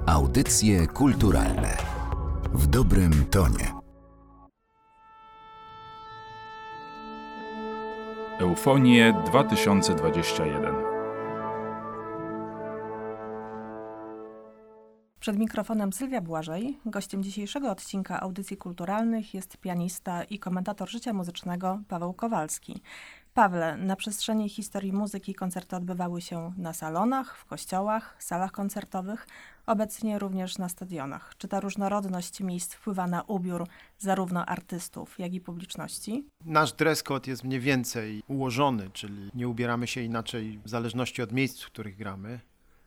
Audycje kulturalne w dobrym tonie. Eufonie 2021. Przed mikrofonem Sylwia Błażej. Gościem dzisiejszego odcinka Audycji Kulturalnych jest pianista i komentator życia muzycznego Paweł Kowalski. Pawle, na przestrzeni historii muzyki koncerty odbywały się na salonach, w kościołach, salach koncertowych, obecnie również na stadionach. Czy ta różnorodność miejsc wpływa na ubiór zarówno artystów, jak i publiczności? Nasz dress code jest mniej więcej ułożony, czyli nie ubieramy się inaczej w zależności od miejsc, w których gramy,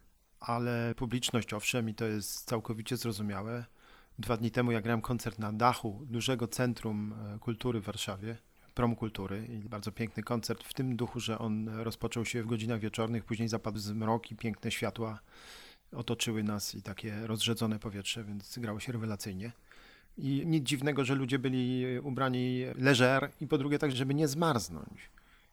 ale publiczność owszem i to jest całkowicie zrozumiałe. 2 dni temu ja grałem koncert na dachu dużego centrum kultury w Warszawie, Prom Kultury, i bardzo piękny koncert w tym duchu, że on rozpoczął się w godzinach wieczornych, później zapadł zmrok i piękne światła otoczyły nas i takie rozrzedzone powietrze, więc grało się rewelacyjnie. I nic dziwnego, że ludzie byli ubrani leżer i po drugie tak, żeby nie zmarznąć.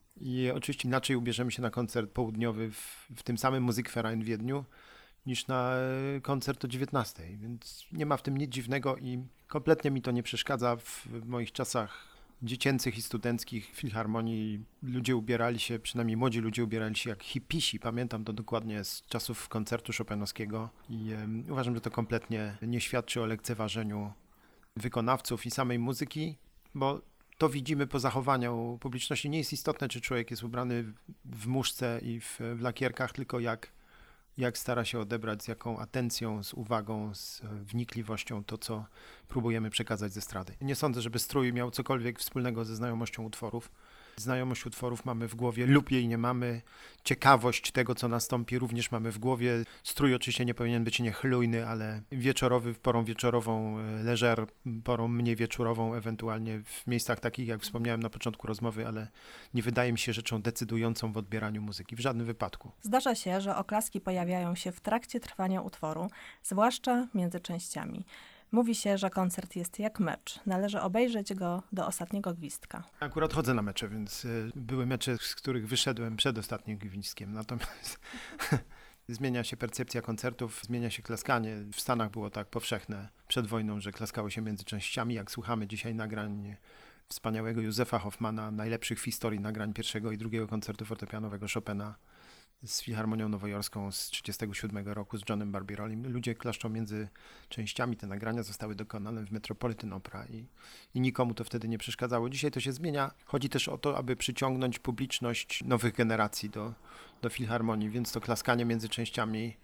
I oczywiście inaczej ubierzemy się na koncert południowy w tym samym Musikverein w Wiedniu niż na koncert o 19:00, więc nie ma w tym nic dziwnego i kompletnie mi to nie przeszkadza. W moich czasach dziecięcych i studenckich w Filharmonii ludzie ubierali się, przynajmniej młodzi ludzie ubierali się jak hipisi. Pamiętam to dokładnie z czasów koncertu chopinowskiego i uważam, że to kompletnie nie świadczy o lekceważeniu wykonawców i samej muzyki, bo to widzimy po zachowaniu publiczności. Nie jest istotne, czy człowiek jest ubrany w muszce i w lakierkach, tylko jak stara się odebrać, z jaką atencją, z uwagą, z wnikliwością to, co próbujemy przekazać ze estrady. Nie sądzę, żeby strój miał cokolwiek wspólnego ze znajomością utworów. Znajomość utworów mamy w głowie lub jej nie mamy. Ciekawość tego, co nastąpi, również mamy w głowie. Strój oczywiście nie powinien być niechlujny, ale wieczorowy, porą wieczorową, leżer, porą mniej wieczorową, ewentualnie w miejscach takich, jak wspomniałem na początku rozmowy, ale nie wydaje mi się rzeczą decydującą w odbieraniu muzyki, w żadnym wypadku. Zdarza się, że oklaski pojawiają się w trakcie trwania utworu, zwłaszcza między częściami. Mówi się, że koncert jest jak mecz. Należy obejrzeć go do ostatniego gwizdka. Akurat chodzę na mecze, więc były mecze, z których wyszedłem przed ostatnim gwizdkiem. Natomiast zmienia się percepcja koncertów, zmienia się klaskanie. W Stanach było tak powszechne przed wojną, że klaskało się między częściami. Jak słuchamy dzisiaj nagrań wspaniałego Józefa Hoffmana, najlepszych w historii nagrań pierwszego i drugiego koncertu fortepianowego Chopina z Filharmonią Nowojorską z 1937 roku, z Johnem Barbierolim. Ludzie klaszczą między częściami. Te nagrania zostały dokonane w Metropolitan Opera i nikomu to wtedy nie przeszkadzało. Dzisiaj to się zmienia. Chodzi też o to, aby przyciągnąć publiczność nowych generacji do Filharmonii, więc to klaskanie między częściami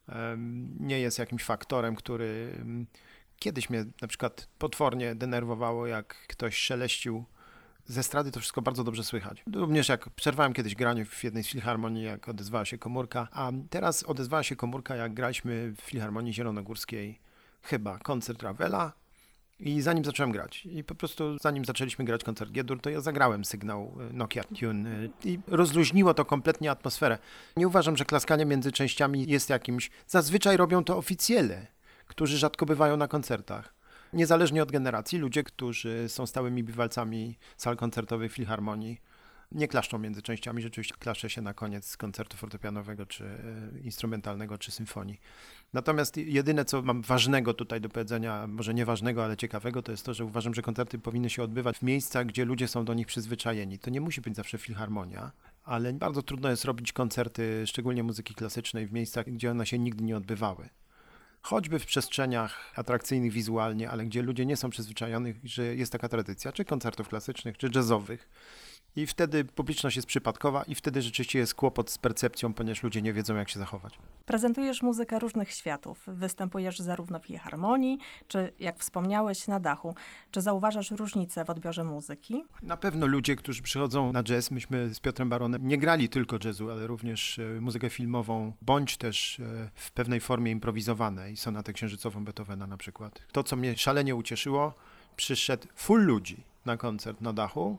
nie jest jakimś faktorem, który kiedyś mnie na przykład potwornie denerwowało, jak ktoś szeleścił. Z estrady to wszystko bardzo dobrze słychać. Również jak przerwałem kiedyś granie w jednej z filharmonii, jak odezwała się komórka, a teraz odezwała się komórka, jak graliśmy w Filharmonii Zielonogórskiej, chyba koncert Ravela, i zanim zacząłem grać i po prostu zanim zaczęliśmy grać koncert G-dur, to ja zagrałem sygnał Nokia Tune i rozluźniło to kompletnie atmosferę. Nie uważam, że klaskanie między częściami jest jakimś... Zazwyczaj robią to oficjele, którzy rzadko bywają na koncertach. Niezależnie od generacji, ludzie, którzy są stałymi bywalcami sal koncertowych Filharmonii, nie klaszczą między częściami, rzeczywiście klaszcze się na koniec koncertu fortepianowego, czy instrumentalnego, czy symfonii. Natomiast jedyne, co mam ważnego tutaj do powiedzenia, może nie ważnego, ale ciekawego, to jest to, że uważam, że koncerty powinny się odbywać w miejscach, gdzie ludzie są do nich przyzwyczajeni. To nie musi być zawsze filharmonia, ale bardzo trudno jest robić koncerty, szczególnie muzyki klasycznej, w miejscach, gdzie one się nigdy nie odbywały. Choćby w przestrzeniach atrakcyjnych wizualnie, ale gdzie ludzie nie są przyzwyczajeni, że jest taka tradycja, czy koncertów klasycznych, czy jazzowych. I wtedy publiczność jest przypadkowa i wtedy rzeczywiście jest kłopot z percepcją, ponieważ ludzie nie wiedzą, jak się zachować. Prezentujesz muzykę różnych światów. Występujesz zarówno w Filharmonii, czy jak wspomniałeś, na dachu. Czy zauważasz różnice w odbiorze muzyki? Na pewno ludzie, którzy przychodzą na jazz, myśmy z Piotrem Baronem nie grali tylko jazzu, ale również muzykę filmową, bądź też w pewnej formie improwizowanej, sonatę księżycową Beethovena na przykład. To, co mnie szalenie ucieszyło, przyszedł full ludzi na koncert na dachu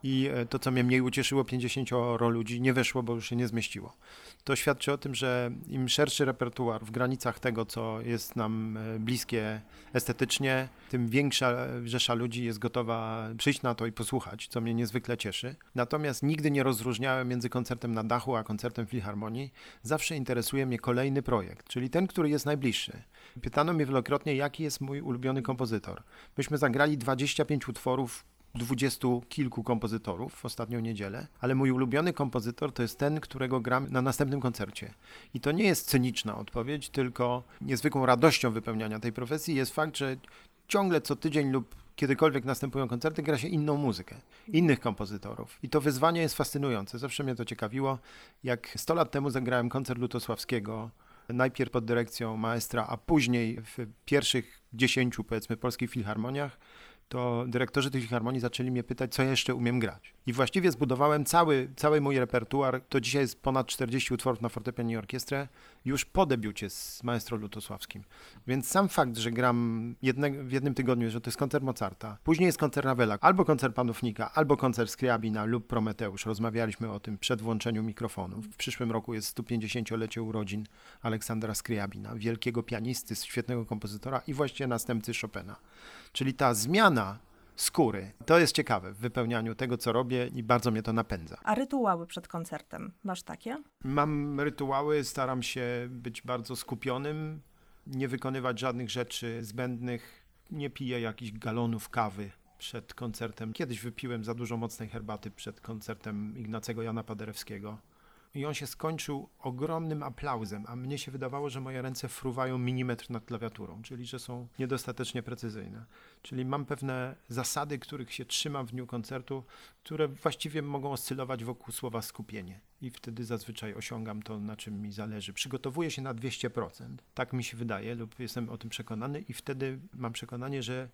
i to, co mnie mniej ucieszyło, 50 ludzi nie weszło, bo już się nie zmieściło. To świadczy o tym, że im szerszy repertuar w granicach tego, co jest nam bliskie estetycznie, tym większa rzesza ludzi jest gotowa przyjść na to i posłuchać, co mnie niezwykle cieszy. Natomiast nigdy nie rozróżniałem między koncertem na dachu, a koncertem w Filharmonii. Zawsze interesuje mnie kolejny projekt, czyli ten, który jest najbliższy. Pytano mnie wielokrotnie, jaki jest mój ulubiony kompozytor. Myśmy zagrali 25 utworów 20 kilku kompozytorów w ostatnią niedzielę, ale mój ulubiony kompozytor to jest ten, którego gram na następnym koncercie. I to nie jest cyniczna odpowiedź, tylko niezwykłą radością wypełniania tej profesji jest fakt, że ciągle co tydzień lub kiedykolwiek następują koncerty, gra się inną muzykę, innych kompozytorów. I to wyzwanie jest fascynujące. Zawsze mnie to ciekawiło. Jak 100 lat temu zagrałem koncert Lutosławskiego, najpierw pod dyrekcją maestra, a później w pierwszych 10, powiedzmy, polskich filharmoniach, to dyrektorzy tych filharmonii zaczęli mnie pytać, co ja jeszcze umiem grać. I właściwie zbudowałem cały mój repertuar, to dzisiaj jest ponad 40 utworów na fortepianie i orkiestrę, już po debiucie z maestro Lutosławskim. Więc sam fakt, że gram w jednym tygodniu, że to jest koncert Mozarta, później jest koncert Ravela, albo koncert Panównika, albo koncert Scriabina lub Prometeusz. Rozmawialiśmy o tym przed włączeniem mikrofonów. W przyszłym roku jest 150-lecie urodzin Aleksandra Scriabina, wielkiego pianisty, świetnego kompozytora i właściwie następcy Chopina. Czyli ta zmiana skóry, to jest ciekawe w wypełnianiu tego, co robię i bardzo mnie to napędza. A rytuały przed koncertem, masz takie? Mam rytuały, staram się być bardzo skupionym, nie wykonywać żadnych rzeczy zbędnych, nie piję jakichś galonów kawy przed koncertem. Kiedyś wypiłem za dużo mocnej herbaty przed koncertem Ignacego Jana Paderewskiego. I on się skończył ogromnym aplauzem, a mnie się wydawało, że moje ręce fruwają milimetr nad klawiaturą, czyli że są niedostatecznie precyzyjne. Czyli mam pewne zasady, których się trzymam w dniu koncertu, które właściwie mogą oscylować wokół słowa skupienie. I wtedy zazwyczaj osiągam to, na czym mi zależy. Przygotowuję się na 200%, tak mi się wydaje lub jestem o tym przekonany i wtedy mam przekonanie, że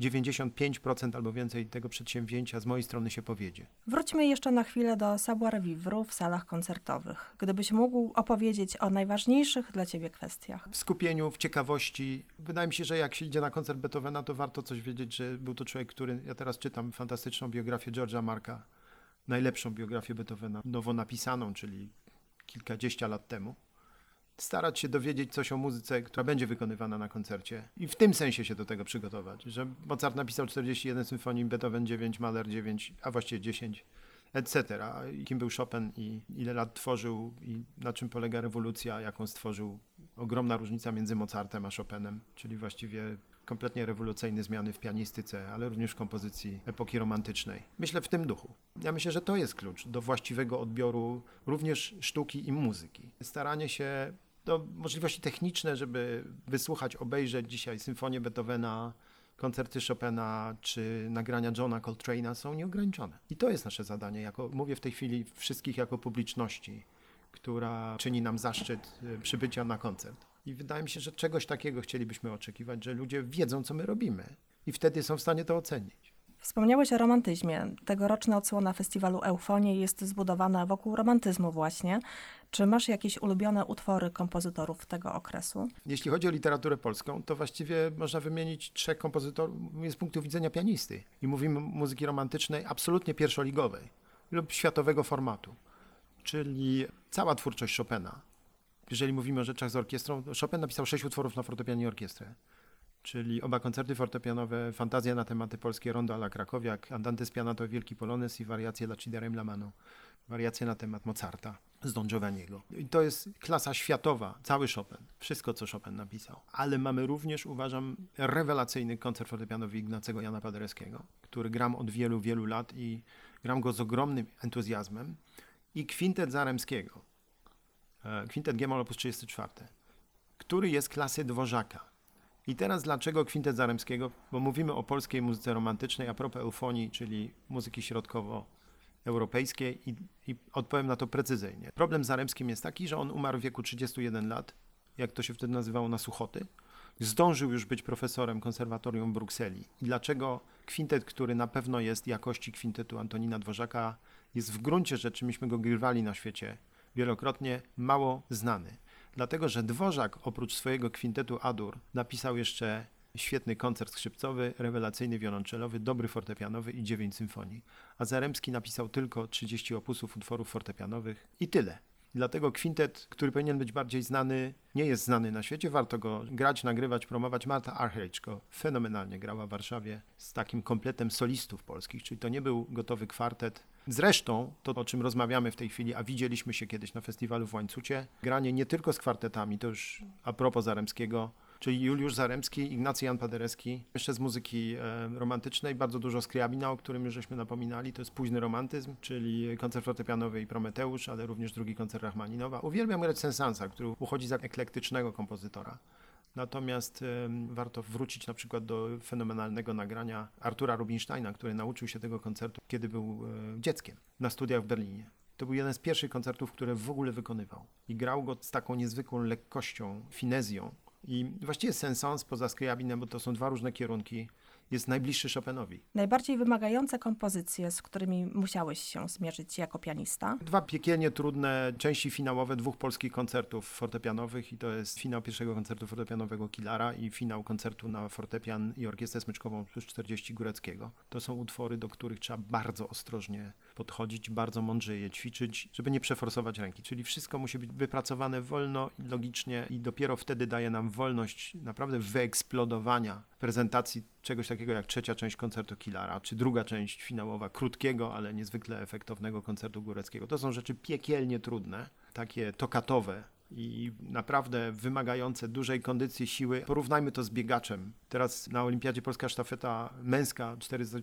95% albo więcej tego przedsięwzięcia z mojej strony się powiedzie. Wróćmy jeszcze na chwilę do savoir-vivre w salach koncertowych. Gdybyś mógł opowiedzieć o najważniejszych dla ciebie kwestiach. W skupieniu, w ciekawości. Wydaje mi się, że jak się idzie na koncert Beethovena, to warto coś wiedzieć, że był to człowiek, ja teraz czytam fantastyczną biografię George'a Marka, najlepszą biografię Beethovena, nowo napisaną, czyli kilkadziesiąt lat temu. Starać się dowiedzieć coś o muzyce, która będzie wykonywana na koncercie i w tym sensie się do tego przygotować, że Mozart napisał 41 symfonii, Beethoven 9, Mahler 9, a właściwie 10, etc. I kim był Chopin i ile lat tworzył i na czym polega rewolucja, jaką stworzył. Ogromna różnica między Mozartem a Chopinem, czyli właściwie kompletnie rewolucyjne zmiany w pianistyce, ale również w kompozycji epoki romantycznej. Myślę w tym duchu. Ja myślę, że to jest klucz do właściwego odbioru również sztuki i muzyki. Staranie się, możliwości techniczne, żeby wysłuchać, obejrzeć dzisiaj symfonię Beethovena, koncerty Chopina czy nagrania Johna Coltrane'a są nieograniczone. I to jest nasze zadanie, mówię w tej chwili wszystkich jako publiczności, która czyni nam zaszczyt przybycia na koncert. I wydaje mi się, że czegoś takiego chcielibyśmy oczekiwać, że ludzie wiedzą, co my robimy i wtedy są w stanie to ocenić. Wspomniałeś o romantyzmie. Tegoroczna odsłona festiwalu Eufonie jest zbudowana wokół romantyzmu właśnie. Czy masz jakieś ulubione utwory kompozytorów tego okresu? Jeśli chodzi o literaturę polską, to właściwie można wymienić 3 kompozytorów z punktu widzenia pianisty. I mówimy o muzyki romantycznej absolutnie pierwszoligowej lub światowego formatu, czyli cała twórczość Chopina. Jeżeli mówimy o rzeczach z orkiestrą, Chopin napisał 6 utworów na fortepianie i orkiestrę, czyli oba koncerty fortepianowe, Fantazja na tematy polskie, Rondo alla Krakowiak, Andante spianato, Wielki Polonez i wariacje dla Ciderem la Mano, wariacje na temat Mozarta z Don Giovanniego. I to jest klasa światowa, cały Chopin, wszystko co Chopin napisał. Ale mamy również, uważam, rewelacyjny koncert fortepianowy Ignacego Jana Paderewskiego, który gram od wielu, wielu lat i gram go z ogromnym entuzjazmem, i kwintet Zaremskiego. Kwintet G-moll op. 34, który jest klasy Dworzaka. I teraz dlaczego kwintet Zaremskiego? Bo mówimy o polskiej muzyce romantycznej a propos eufonii, czyli muzyki środkowoeuropejskiej i odpowiem na to precyzyjnie. Problem z Zaremskim jest taki, że on umarł w wieku 31 lat, jak to się wtedy nazywało, na suchoty. Zdążył już być profesorem konserwatorium w Brukseli. I dlaczego kwintet, który na pewno jest jakości kwintetu Antonina Dworzaka, jest w gruncie rzeczy, myśmy go grywali na świecie wielokrotnie, mało znany. Dlatego, że Dworzak oprócz swojego kwintetu Adur napisał jeszcze świetny koncert skrzypcowy, rewelacyjny wiolonczelowy, dobry fortepianowy i 9 symfonii. A Zaremski napisał tylko 30 opusów utworów fortepianowych i tyle. Dlatego kwintet, który powinien być bardziej znany, nie jest znany na świecie. Warto go grać, nagrywać, promować. Marta Argerich go fenomenalnie grała w Warszawie z takim kompletem solistów polskich, czyli to nie był gotowy kwartet. Zresztą to, o czym rozmawiamy w tej chwili, a widzieliśmy się kiedyś na festiwalu w Łańcucie, granie nie tylko z kwartetami, to już a propos Zaremskiego, czyli Juliusz Zaremski, Ignacy Jan Paderewski, jeszcze z muzyki romantycznej, bardzo dużo Scriabina, o którym już żeśmy napominali, to jest późny romantyzm, czyli koncert fortepianowy i Prometeusz, ale również drugi koncert Rachmaninowa. Uwielbiam grać Saint-Saënsa, który uchodzi za eklektycznego kompozytora. Natomiast warto wrócić na przykład do fenomenalnego nagrania Artura Rubinsteina, który nauczył się tego koncertu, kiedy był dzieckiem na studiach w Berlinie. To był jeden z pierwszych koncertów, które w ogóle wykonywał. I grał go z taką niezwykłą lekkością, finezją. I właściwie Saint-Saëns poza Scriabinem, bo to są dwa różne kierunki, jest najbliższy Chopinowi. Najbardziej wymagające kompozycje, z którymi musiałeś się zmierzyć jako pianista? Dwa piekielnie trudne części finałowe dwóch polskich koncertów fortepianowych i to jest finał pierwszego koncertu fortepianowego Kilara i finał koncertu na fortepian i orkiestrę smyczkową plus 40 Góreckiego. To są utwory, do których trzeba bardzo ostrożnie podchodzić, bardzo mądrze je ćwiczyć, żeby nie przeforsować ręki. Czyli wszystko musi być wypracowane wolno i logicznie i dopiero wtedy daje nam wolność naprawdę wyeksplodowania prezentacji czegoś takiego jak trzecia część koncertu Kilara, czy druga część finałowa krótkiego, ale niezwykle efektownego koncertu Góreckiego. To są rzeczy piekielnie trudne, takie toccatowe i naprawdę wymagające dużej kondycji, siły. Porównajmy to z biegaczem. Teraz na Olimpiadzie polska sztafeta męska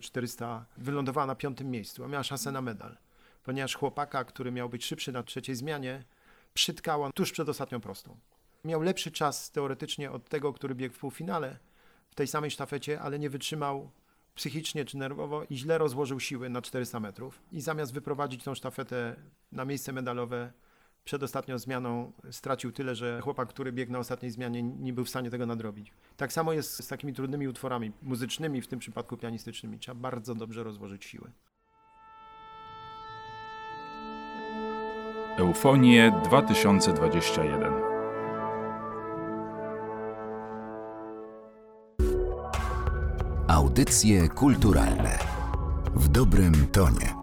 400 wylądowała na 5. miejscu, a miała szansę na medal, ponieważ chłopaka, który miał być szybszy na trzeciej zmianie, przytkała tuż przed ostatnią prostą. Miał lepszy czas teoretycznie od tego, który biegł w półfinale, w tej samej sztafecie, ale nie wytrzymał psychicznie czy nerwowo i źle rozłożył siły na 400 metrów. I zamiast wyprowadzić tą sztafetę na miejsce medalowe przed ostatnią zmianą, stracił tyle, że chłopak, który biegł na ostatniej zmianie, nie był w stanie tego nadrobić. Tak samo jest z takimi trudnymi utworami muzycznymi, w tym przypadku pianistycznymi. Trzeba bardzo dobrze rozłożyć siły. Eufonie 2021. Audycje kulturalne w dobrym tonie.